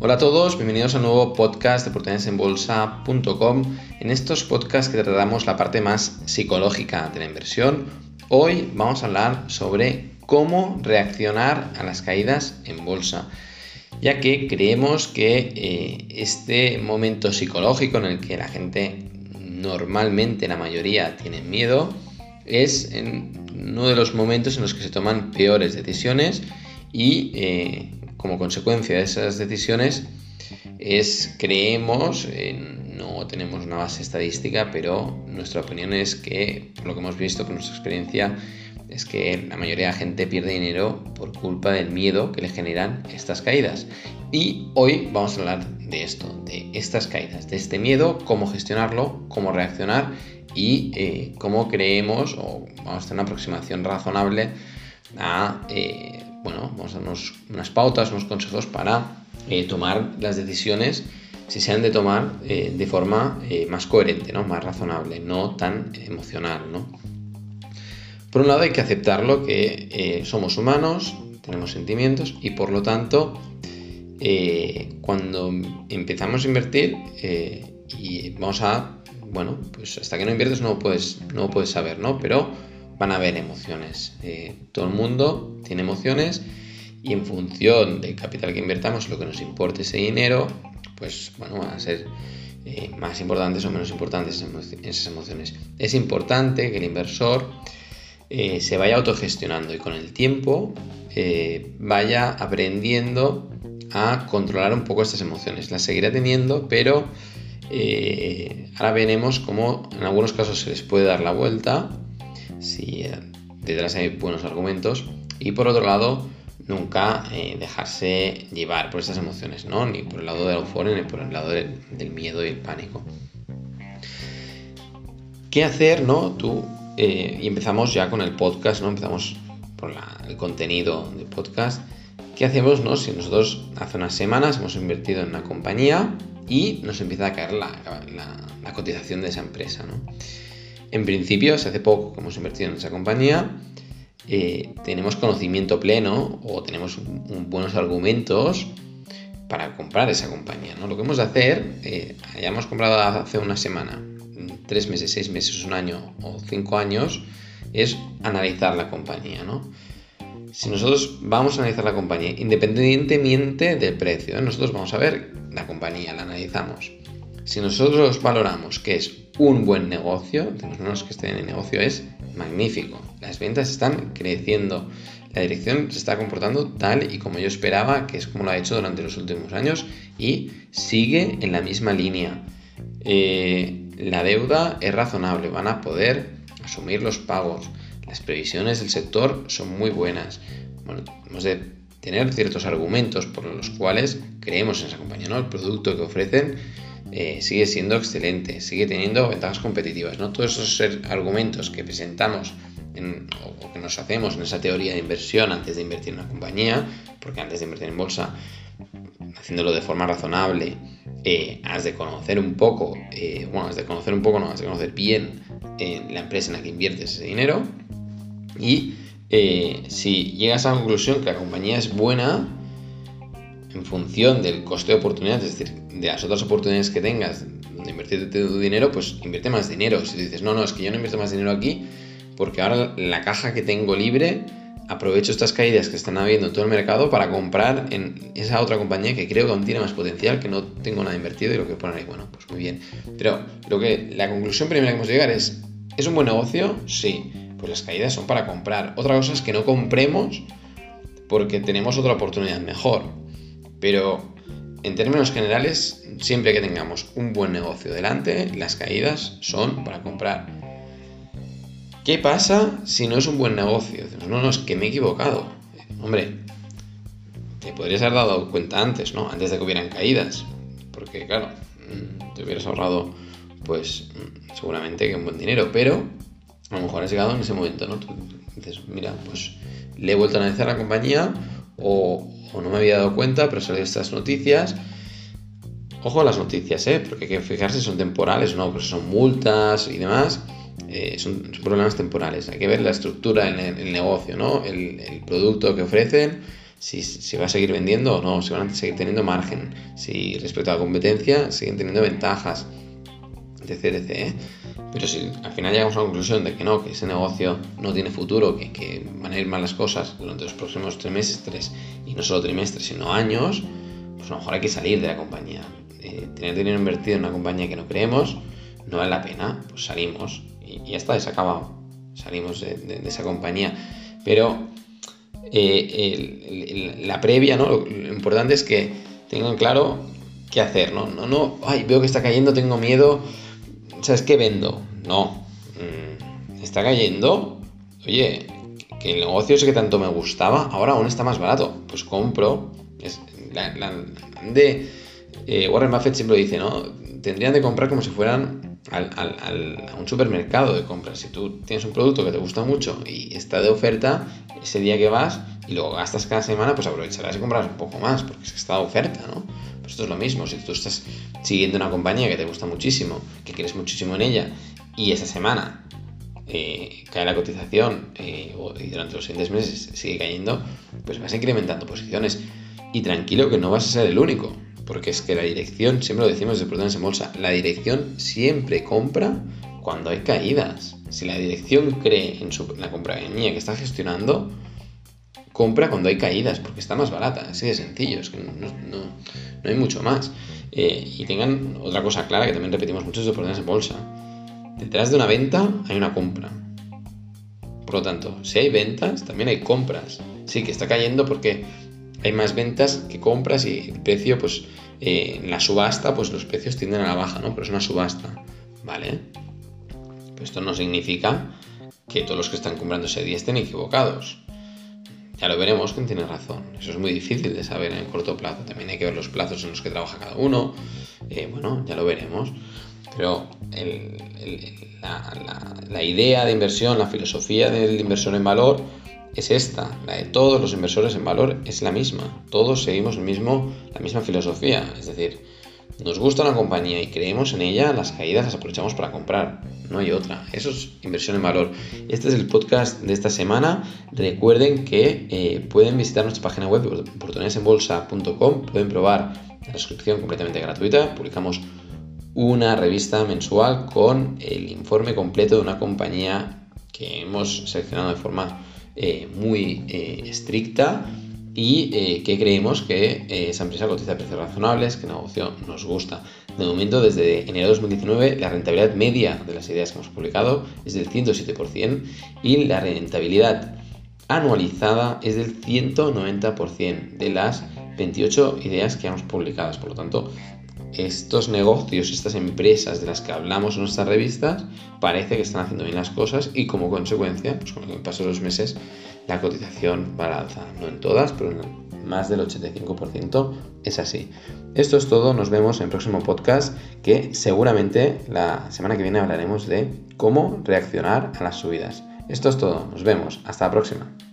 Hola a todos, bienvenidos a un nuevo podcast de oportunidadesenbolsa.com. En estos podcasts que tratamos la parte más psicológica de la inversión, hoy vamos a hablar sobre cómo reaccionar a las caídas en bolsa, ya que creemos que este momento psicológico en el que la gente normalmente, la mayoría, tiene miedo, es uno de los momentos en los que se toman peores decisiones y como consecuencia de esas decisiones creemos, no tenemos una base estadística, pero nuestra opinión es que, por lo que hemos visto, por nuestra experiencia, es que la mayoría de la gente pierde dinero por culpa del miedo que le generan estas caídas. Y hoy vamos a hablar de esto, de estas caídas, de este miedo, cómo gestionarlo, cómo reaccionar y cómo creemos, o vamos a hacer una aproximación razonable vamos a dar unas pautas, unos consejos para tomar las decisiones, si se han de tomar de forma más coherente, ¿no? Más razonable, no tan emocional, ¿no? Por un lado hay que aceptarlo, que somos humanos, tenemos sentimientos y por lo tanto cuando empezamos a invertir y vamos a, pues hasta que no inviertes no puedes saber, ¿no? Pero van a haber emociones. Todo el mundo tiene emociones y en función del capital que invertamos, lo que nos importe ese dinero, pues van a ser más importantes o menos importantes esas emociones. Es importante que el inversor se vaya autogestionando y con el tiempo vaya aprendiendo a controlar un poco estas emociones. Las seguirá teniendo, pero ahora veremos cómo en algunos casos se les puede dar la vuelta si detrás hay buenos argumentos, y por otro lado nunca dejarse llevar por estas emociones, ¿no? Ni por el lado de la euforia ni por el lado del miedo y el pánico. ¿Qué hacer, no? Y empezamos ya con el podcast, ¿no? Empezamos por el contenido del podcast. ¿Qué hacemos, no? Si nosotros hace unas semanas hemos invertido en una compañía y nos empieza a caer la cotización de esa empresa, ¿no? En principio, si hace poco que hemos invertido en esa compañía, tenemos conocimiento pleno o tenemos buenos argumentos para comprar esa compañía, ¿no? Lo que hemos de hacer, hayamos comprado hace una semana, 3 meses, 6 meses, un año o 5 años, es analizar la compañía, ¿no? Si nosotros vamos a analizar la compañía independientemente del precio, nosotros vamos a ver la compañía, la analizamos. Si nosotros valoramos que es un buen negocio, tenemos que esté en el negocio es magnífico, las ventas están creciendo, la dirección se está comportando tal y como yo esperaba, que es como lo ha hecho durante los últimos años y sigue en la misma línea. La deuda es razonable, van a poder asumir los pagos, las previsiones del sector son muy buenas. Hemos de tener ciertos argumentos por los cuales creemos en esa compañía, ¿no? El producto que ofrecen sigue siendo excelente, sigue teniendo ventajas competitivas, ¿no? Todos esos argumentos que presentamos o que nos hacemos en esa teoría de inversión antes de invertir en una compañía, porque antes de invertir en bolsa, haciéndolo de forma razonable, has de conocer bien la empresa en la que inviertes ese dinero y si llegas a la conclusión que la compañía es buena, en función del coste de oportunidad, es decir, de las otras oportunidades que tengas donde invertir tu dinero, pues invierte más dinero. Si dices, no, es que yo no invierto más dinero aquí porque ahora la caja que tengo libre, aprovecho estas caídas que están habiendo en todo el mercado para comprar en esa otra compañía que creo que aún tiene más potencial, que no tengo nada invertido y lo que poner ahí, bueno, pues muy bien. Pero la conclusión primera que hemos de llegar ¿es un buen negocio? Sí, pues las caídas son para comprar. Otra cosa es que no compremos porque tenemos otra oportunidad mejor. Pero en términos generales, siempre que tengamos un buen negocio delante, las caídas son para comprar. ¿Qué pasa si no es un buen negocio? No, es que me he equivocado. Hombre, te podrías haber dado cuenta antes, ¿no? Antes de que hubieran caídas. Porque, claro, te hubieras ahorrado, pues, seguramente que un buen dinero. Pero a lo mejor has llegado en ese momento, ¿no? Tú dices, mira, pues le he vuelto a analizar la compañía o no me había dado cuenta, pero salieron estas noticias. Ojo a las noticias, porque hay que fijarse si son temporales o no, porque son multas y demás, son problemas temporales. Hay que ver la estructura en el negocio, ¿no? El producto que ofrecen, si va a seguir vendiendo o no, si van a seguir teniendo margen, si respecto a la competencia siguen teniendo ventajas, etc. Pero si al final llegamos a la conclusión de que no, que ese negocio no tiene futuro, que van a ir mal las cosas durante los próximos trimestres, y no solo trimestres, sino años, pues a lo mejor hay que salir de la compañía. Tener dinero invertido en una compañía que no creemos no vale la pena, pues salimos y ya está, se ha acabado. Salimos de esa compañía. Pero la previa, ¿no? Lo importante es que tengan claro qué hacer, ¿no? Ay, veo que está cayendo, tengo miedo, ¿sabes qué vendo? No, está cayendo, oye, que el negocio ese que tanto me gustaba ahora aún está más barato, pues compro. Warren Buffett siempre dice, ¿no? Tendrían de comprar como si fueran a un supermercado de compras. Si tú tienes un producto que te gusta mucho y está de oferta, ese día que vas y lo gastas cada semana, pues aprovecharás y comprarás un poco más, porque es que está de oferta, ¿no? Pues esto es lo mismo. Si tú estás siguiendo una compañía que te gusta muchísimo, que quieres muchísimo en ella, y esa semana cae la cotización y durante los siguientes meses sigue cayendo, pues vas incrementando posiciones. Y tranquilo que no vas a ser el único, porque es que la dirección, siempre lo decimos desde Oportunidades en Bolsa, la dirección siempre compra cuando hay caídas. Si la dirección cree en la compañía que está gestionando, compra cuando hay caídas, porque está más barata, así de sencillo, es que no hay mucho más. Y tengan otra cosa clara que también repetimos mucho desde Oportunidades en Bolsa: detrás de una venta hay una compra. Por lo tanto, si hay ventas, también hay compras. Sí, que está cayendo porque hay más ventas que compras y el precio, pues en la subasta, pues los precios tienden a la baja, ¿no? Pero es una subasta, ¿vale? Pero esto no significa que todos los que están comprando ese día estén equivocados. Ya lo veremos quién tiene razón. Eso es muy difícil de saber en el corto plazo. También hay que ver los plazos en los que trabaja cada uno. Bueno, ya lo veremos. Pero la idea de inversión, la filosofía del inversor en valor es esta. La de todos los inversores en valor es la misma. Todos seguimos la misma filosofía. Es decir, nos gusta una compañía y creemos en ella, las caídas las aprovechamos para comprar. No hay otra. Eso es inversión en valor. Este es el podcast de esta semana. Recuerden que pueden visitar nuestra página web oportunidadesenbolsa.com. Pueden probar la suscripción completamente gratuita. Publicamos una revista mensual con el informe completo de una compañía que hemos seleccionado de forma muy estricta y que creemos que esa empresa cotiza a precios razonables, que el negocio nos gusta. De momento, desde enero de 2019, la rentabilidad media de las ideas que hemos publicado es del 107% y la rentabilidad anualizada es del 190% de las 28 ideas que hemos publicado. Por lo tanto, estos negocios, estas empresas de las que hablamos en nuestras revistas, parece que están haciendo bien las cosas y como consecuencia, pues con el paso de los meses, la cotización va a la alza. No en todas, pero en más del 85% es así. Esto es todo, nos vemos en el próximo podcast, que seguramente la semana que viene hablaremos de cómo reaccionar a las subidas. Esto es todo, nos vemos, hasta la próxima.